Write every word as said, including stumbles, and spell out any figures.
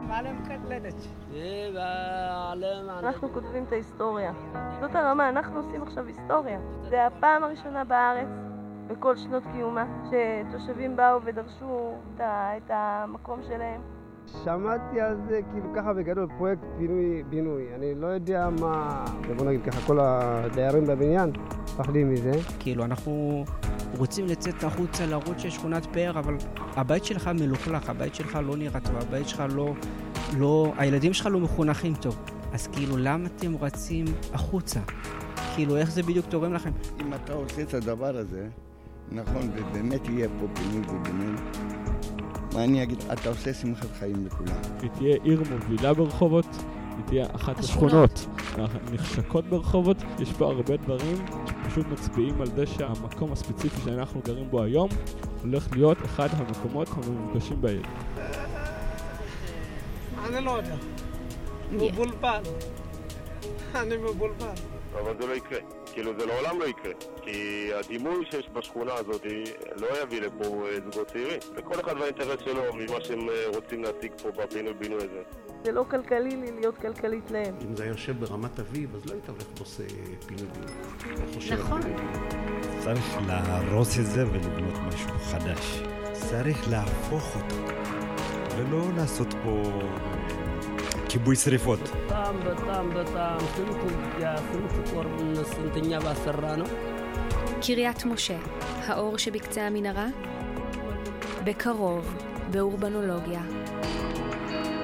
אנחנו כותבים את ההיסטוריה. זאת הרמה, אנחנו עושים עכשיו היסטוריה. זה הפעם הראשונה בארץ, בכל שנות קיומה, שתושבים באו ודרשו את המקום שלהם. שמעתי על זה כאילו ככה בגדול, פרויקט פינוי-בינוי. אני לא יודע מה, בוא נגיד ככה, כל הדיירים בבניין פחדים מזה. כאילו אנחנו רוצים לצאת החוצה, להראות שיש שכונת פאר, אבל הבית שלך מלוכלך, הבית שלך לא נראה טוב, הבית שלך לא, לא, הילדים שלך לא מחונכים טוב. אז כאילו למה אתם רצים החוצה? כאילו איך זה בדיוק תורם לכם? אם אתה עושה את הדבר הזה, נכון, ובאמת יהיה פה פינוי ובינוי, מה אני אגיד? אתה עושה שמחת חיים לכולם. היא תהיה עיר מובילה ברחובות, היא תהיה אחת השכונות הנחשקות ברחובות. יש פה הרבה דברים שפשוט מצביעים על זה שהמקום הספציפי שאנחנו גרים בו היום הולך להיות אחד המקומות המפגשים בעיר. אני לא יודע. מבולבל. אני מבולבל. אבל זה לא יקרה. כאילו זה לעולם לא יקרה, כי הדימוי שיש בשכונה הזאת לא יביא לפה זוגות צעירים. לכל אחד והאינטרס שלו ממה שהם רוצים להשיג פה בפינוי-בינוי הזה. זה לא כלכלי לי להיות כלכלית להם. אם זה יושב ברמת אביב, אז לא היית הולך ועושה פינוי-בינוי. נכון. צריך להרוס את זה ולבנות משהו חדש. צריך להפוך אותו, ולא לעשות פה כיבוי שריפות. በጣም በጣም በጣም ስንት ያ ስንት ቆርብን ስንተኛ ባሰራ ነው። קריית משה, האור שבקצה המנהרה, בקרוב, באורבנולוגיה.